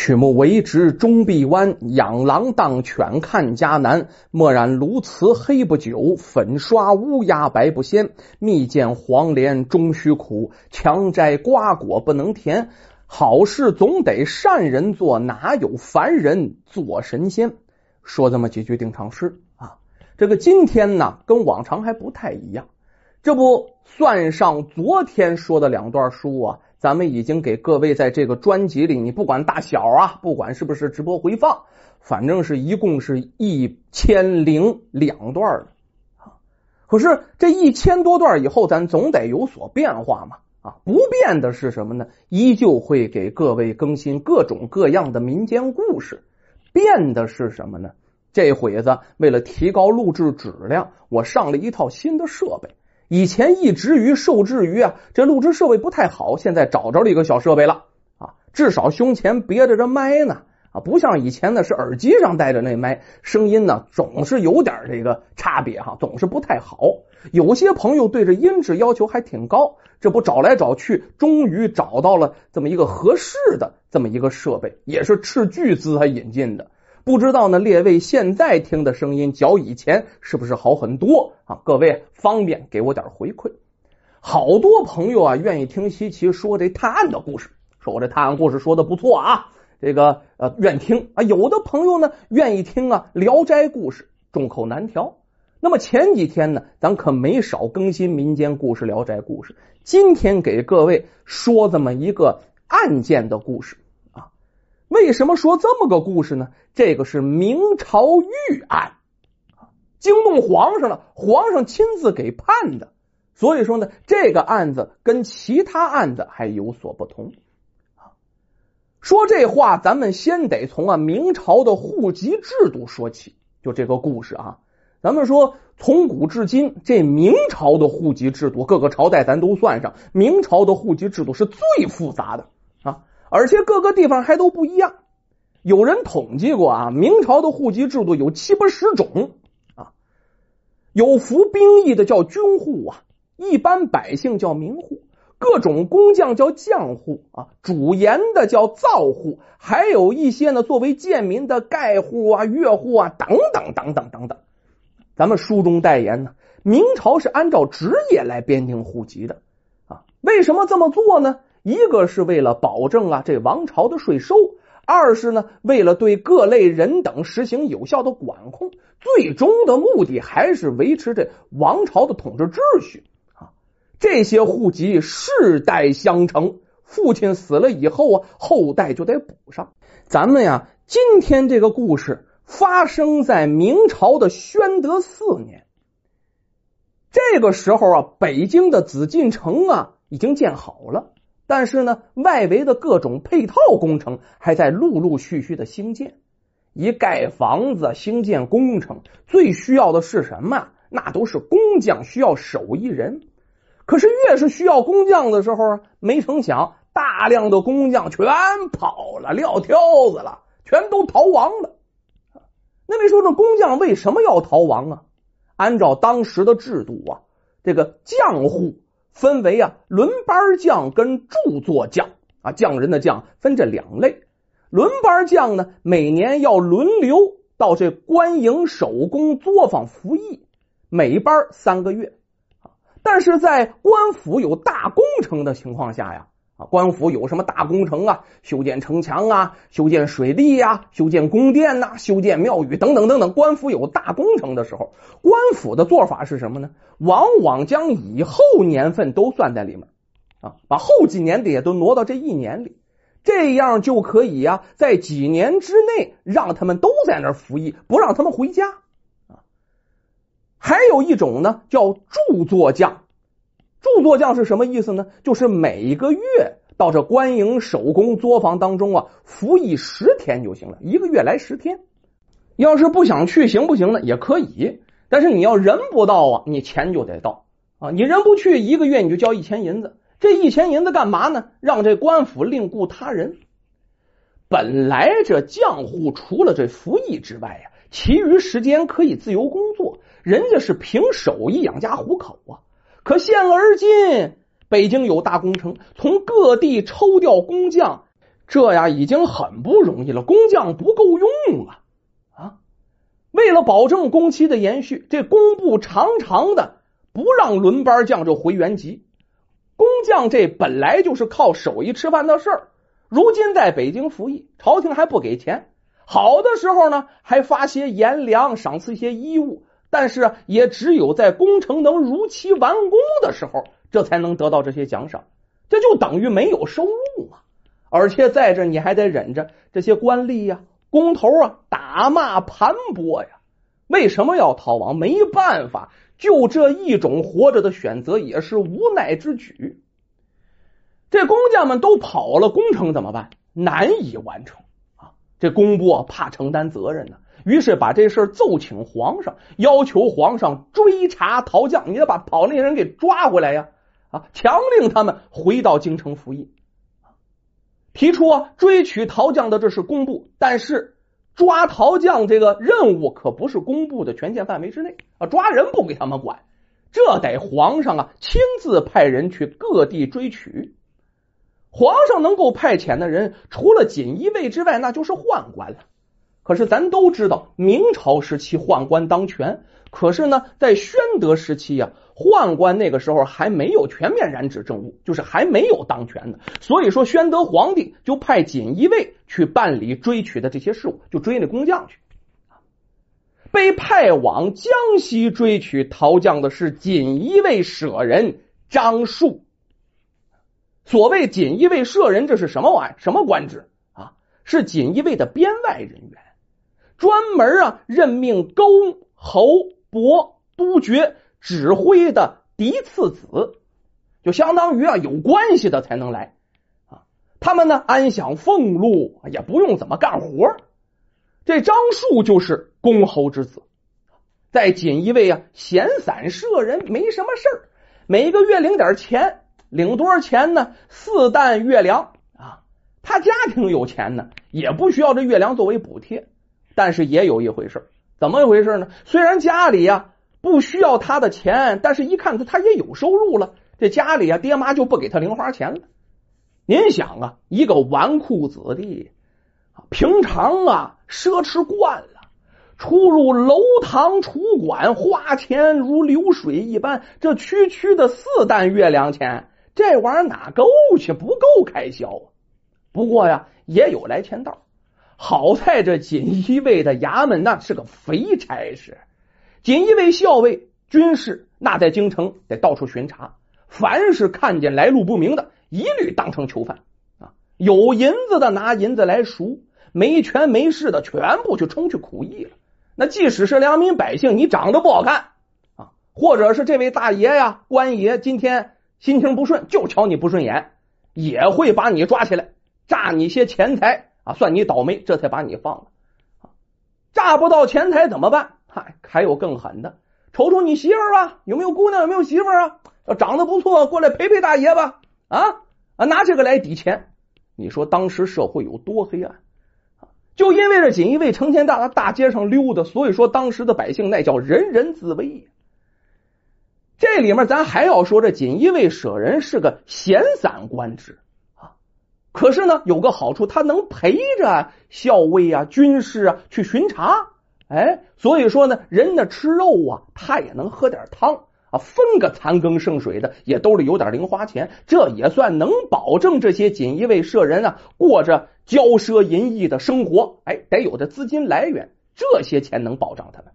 曲目为直终必弯，养狼当犬看家难。墨染鸬鹚黑不久，粉刷乌鸦白不鲜。蜜饯黄连终须苦，强摘瓜果不能甜。好事总得善人做，哪有凡人做神仙？说这么几句定场诗啊。这个今天呢，跟往常还不太一样。这不算上昨天说的两段书啊，咱们已经给各位在这个专辑里，你不管大小啊，不管是不是直播回放，反正是一共是1002段的啊。可是这1000多段以后，咱总得有所变化嘛啊，不变的是什么呢？依旧会给各位更新各种各样的民间故事。变的是什么呢？这会子为了提高录制质量，我上了一套新的设备。以前一直于受制于这录制设备不太好，现在找着了一个小设备了啊，至少胸前别着这麦呢啊，不像以前呢是耳机上带着那麦，声音呢总是有点这个差别总是不太好。有些朋友对这音质要求还挺高，这不找来找去，终于找到了这么一个合适的这么一个设备，也是斥巨资才引进的。不知道呢，列位现在听的声音较以前是不是好很多啊？各位方便给我点回馈。好多朋友啊愿意听西奇说这探案的故事，说我这探案故事说的不错啊，这个愿听啊。有的朋友呢愿意听聊斋故事，众口难调。那么前几天呢，咱可没少更新民间故事、聊斋故事。今天给各位说这么一个案件的故事。为什么说这么个故事呢？这个是明朝御案，惊动皇上了，皇上亲自给判的。所以说呢，这个案子跟其他案子还有所不同。说这话，咱们先得从明朝的户籍制度说起。就这个故事咱们说从古至今，这明朝的户籍制度，各个朝代咱都算上，明朝的户籍制度是最复杂的而且各个地方还都不一样。有人统计过明朝的户籍制度有70-80种有服兵役的叫军户一般百姓叫民户，各种工匠叫匠户主盐的叫造户，还有一些呢作为贱民的盖户乐户等等等等等等。咱们书中代言呢，明朝是按照职业来编定户籍的为什么这么做呢？一个是为了保证这王朝的税收，二是呢为了对各类人等实行有效的管控，最终的目的还是维持这王朝的统治秩序这些户籍世代相承，父亲死了以后后代就得补上。咱们今天这个故事发生在明朝的宣德4年。这个时候北京的紫禁城已经建好了，但是呢外围的各种配套工程还在陆陆续续的兴建。一盖房子兴建工程最需要的是什么？那都是工匠，需要手艺人。可是越是需要工匠的时候没成想大量的工匠全跑了，撂挑子了，全都逃亡了。那位说这工匠为什么要逃亡按照当时的制度这个匠户分为轮班匠跟著作匠匠人的匠分这两类。轮班匠呢每年要轮流到这官营手工作坊服役，每班3个月。但是在官府有大工程的情况下官府有什么大工程修建城墙修建水利修建宫殿修建庙宇等等等等，官府有大工程的时候，官府的做法是什么呢？往往将以后年份都算在里面把后几年的也都挪到这1年里，这样就可以在几年之内让他们都在那儿服役，不让他们回家还有一种呢叫著作匠。著作匠是什么意思呢？就是每个月到这官营手工作坊当中服役10天就行了，1个月来10天。要是不想去行不行呢？也可以，但是你要人不到你钱就得到你人不去1个月你就交1000银子。这1000银子干嘛呢？让这官府另雇他人。本来这匠户除了这服役之外其余时间可以自由工作，人家是凭手艺养家糊口可现而今北京有大工程，从各地抽调工匠， 这呀已经很不容易了，工匠不够用啊！为了保证工期的延续，这工部常常的不让轮班匠就回原籍。工匠这本来就是靠手艺吃饭的事儿，如今在北京服役，朝廷还不给钱，好的时候呢还发些盐粮，赏赐一些衣物，但是也只有在工程能如期完工的时候，这才能得到这些奖赏，这就等于没有收入啊！而且在这你还得忍着这些官吏呀、工头啊打骂盘剥呀。为什么要逃亡？没办法，就这一种活着的选择，也是无奈之举。这工匠们都跑了，工程怎么办？难以完成啊！这工部怕承担责任呢，于是把这事奏请皇上，要求皇上追查逃将，你得把跑那人给抓回来呀！强令他们回到京城服役。提出追取逃将的这是工部，但是抓逃将这个任务可不是工部的权限范围之内抓人不给他们管，这得皇上亲自派人去各地追取。皇上能够派遣的人，除了锦衣卫之外，那就是宦官了。可是咱都知道，明朝时期宦官当权，可是呢，在宣德时期宦官那个时候还没有全面染指政务，就是还没有当权的。所以说，宣德皇帝就派锦衣卫去办理追取的这些事务，就追那工匠去。被派往江西追取逃将的是锦衣卫舍人张树。所谓锦衣卫舍人，这是什么玩意儿？什么官职是锦衣卫的编外人员，专门任命公侯伯督爵指挥的嫡次子，就相当于有关系的才能来他们呢安享俸禄，也不用怎么干活。这张树就是公侯之子，在锦衣卫闲散舍人，没什么事儿，每个月领点钱，领多少钱呢？4担月粮他家庭有钱呢，也不需要这月粮作为补贴。但是也有一回事，怎么一回事呢？虽然家里不需要他的钱，但是一看他也有收入了，这家里爹妈就不给他零花钱了。您想一个纨绔子弟，平常奢侈惯了，出入楼堂楚馆，花钱如流水一般，这区区的4担月粮钱，这玩意儿哪够去？不够开销不过也有来钱道。好在这锦衣卫的衙门那是个肥差事，锦衣卫校尉军士那在京城得到处巡查，凡是看见来路不明的，一律当成囚犯有银子的拿银子来赎，没权没势的全部去冲去苦役了。那即使是良民百姓，你长得不好看或者是这位大爷官爷今天心情不顺，就瞧你不顺眼，也会把你抓起来，诈你些钱财算你倒霉，这才把你放了诈不到钱财怎么办？还有更狠的，瞅瞅你媳妇儿有没有姑娘，有没有媳妇儿长得不错，过来陪陪大爷吧拿这个来抵钱。你说当时社会有多黑暗就因为这锦衣卫成天在大街上溜达，所以说当时的百姓那叫人人自危这里面咱还要说，这锦衣卫舍人是个闲散官职可是呢有个好处，他能陪着校尉军士去巡查所以说呢人呢吃肉他也能喝点汤分个残羹剩水的，也兜里有点零花钱，这也算能保证这些锦衣卫舍人过着骄奢淫逸的生活得有的资金来源，这些钱能保障他们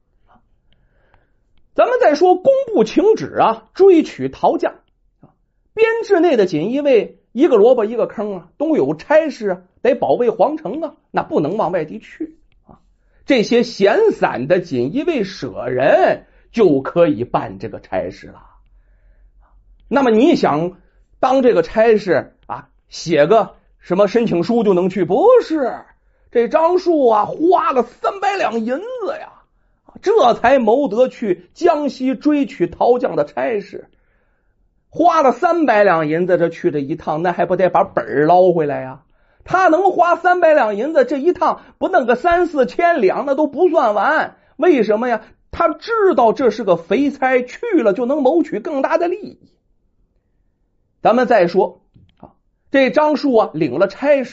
咱们再说工部请旨追取逃将编制内的锦衣卫一个萝卜一个坑都有差事得保卫皇城那不能往外地去这些闲散的锦衣卫舍人就可以办这个差事了。那么你想当这个差事写个什么申请书就能去？不是，这张树花了300两银子这才谋得去江西追取逃将的差事。花了300两银子，这去这一趟，那还不得把本捞回来他能花300两银子，这一趟不弄个3、4千两那都不算完。为什么呀？他知道这是个肥差，去了就能谋取更大的利益。咱们再说这张树领了差事，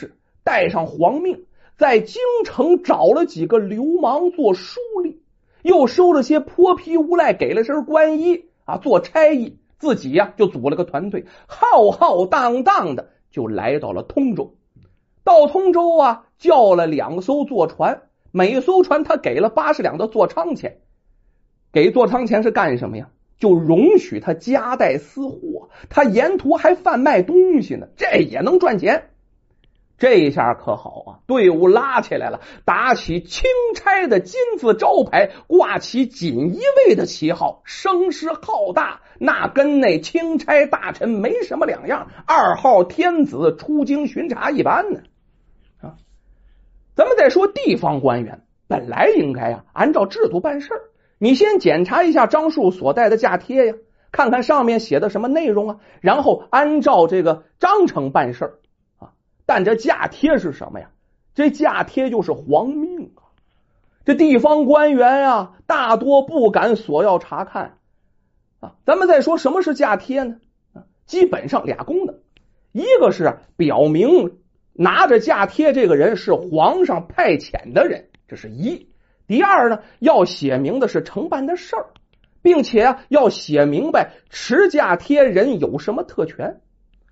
带上皇命，在京城找了几个流氓做书吏，又收了些泼皮无赖，给了身官衣做差役，自己就组了个团队，浩浩荡荡的就来到了通州。到通州叫了2艘坐船，每艘船他给了80两的坐舱钱。给坐舱钱是干什么呀？就容许他夹带私货，他沿途还贩卖东西呢，这也能赚钱。这一下可好队伍拉起来了，打起钦差的金字招牌，挂起锦衣卫的旗号，声势浩大，那跟那钦差大臣没什么两样，2号天子出京巡查一般呢。咱们再说地方官员，本来应该按照制度办事儿，你先检查一下张树所带的假贴呀，看看上面写的什么内容然后按照这个章程办事儿但这假贴是什么呀？这假贴就是皇命这地方官员大多不敢索要查看咱们再说什么是假贴呢？基本上俩功能，一个是表明拿着假贴这个人是皇上派遣的人，这是一。第二呢，要写明的是承办的事儿，并且要写明白持假贴人有什么特权。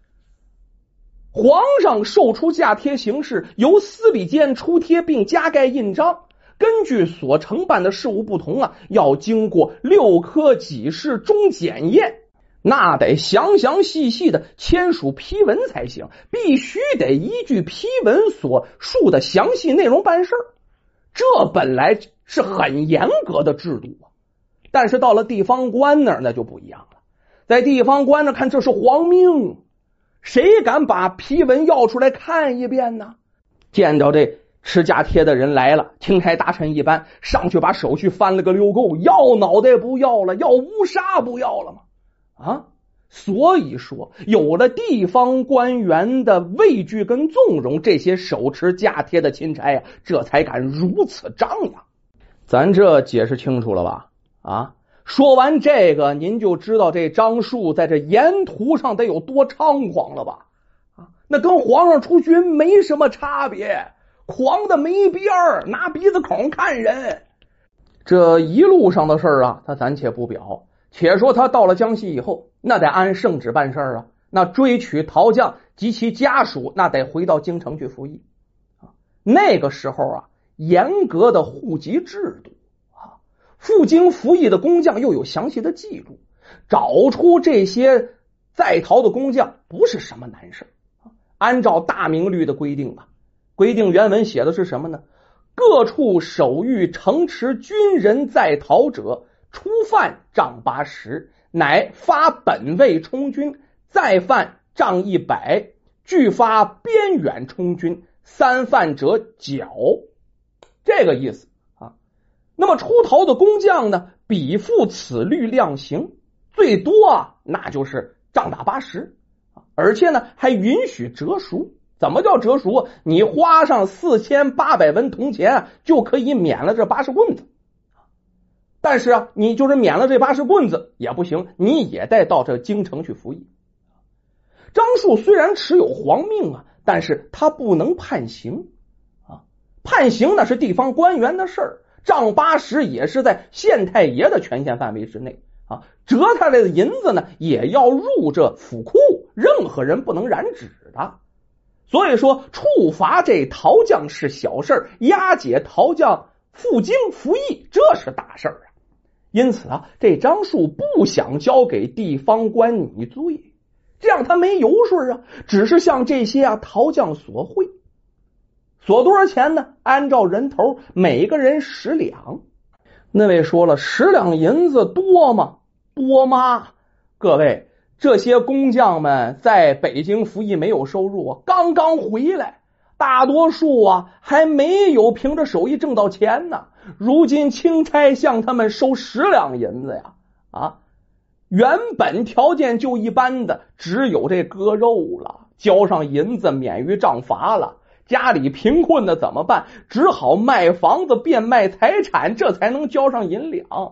皇上授出假贴形式，由司礼监出贴并加盖印章，根据所承办的事务不同要经过6科给事中检验，那得详详细细的签署批文才行，必须得依据批文所述的详细内容办事儿。这本来是很严格的制度但是到了地方官那儿那就不一样了。在地方官那看这是皇命，谁敢把批文要出来看一遍呢？见着这持假贴的人来了，钦差大臣一般上去把手续翻了个溜够，要脑袋不要了，要乌纱不要了吗？所以说有了地方官员的畏惧跟纵容，这些手持假贴的钦差这才敢如此张扬。咱这解释清楚了吧？说完这个，您就知道这张树在这沿途上得有多猖狂了吧？那跟皇上出巡没什么差别，狂的没边儿，拿鼻子孔看人。这一路上的事儿他暂且不表，且说他到了江西以后，那得按圣旨办事儿那追取陶匠及其家属，那得回到京城去服役那个时候严格的户籍制度赴京服役的工匠又有详细的记录，找出这些在逃的工匠不是什么难事按照大明律的规定规定原文写的是什么呢？各处守御城池军人在逃者，初犯杖80，乃发本位充军，再犯杖100，俱发边远充军，3犯者绞。这个意思那么出逃的工匠呢，比附此律量刑，最多那就是杖打80，而且呢还允许折赎。怎么叫折赎？你花上4800文铜钱就可以免了这80棍子。但是你就是免了这80棍子也不行，你也得到这京城去服役。张树虽然持有皇命但是他不能判刑判刑那是地方官员的事儿，杖80也是在县太爷的权限范围之内折下来的银子呢也要入这府库，任何人不能染指的。所以说处罚这陶匠是小事，押解陶匠赴京服役这是大事因此这张树不想交给地方官拟罪，这样他没油水只是向这些陶匠索贿。索多少钱呢？按照人头每个人10两。那位说了，10两银子多吗？多吗？各位，这些工匠们在北京服役没有收入刚刚回来，大多数还没有凭着手艺挣到钱呢。如今钦差向他们收10两银子原本条件就一般的只有这割肉了，交上银子免于杖罚了。家里贫困的怎么办？只好卖房子变卖财产，这才能交上银两。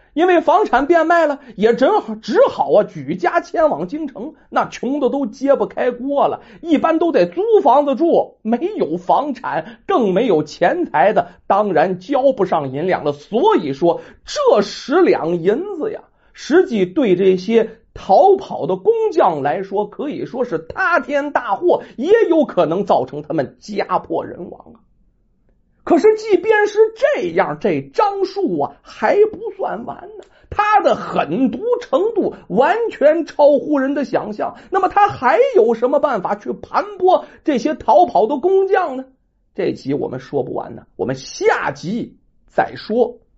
因为房产变卖了，也只好举家迁往京城，那穷的都揭不开锅了，一般都得租房子住，没有房产，更没有钱财的，当然交不上银两了。所以说这10两银子呀，实际对这些逃跑的工匠来说，可以说是塌天大祸，也有可能造成他们家破人亡啊。可是即便是这样，这张树啊还不算完呢，他的狠毒程度完全超乎人的想象。那么他还有什么办法去盘剥这些逃跑的工匠呢？这集我们说不完呢，我们下集再说。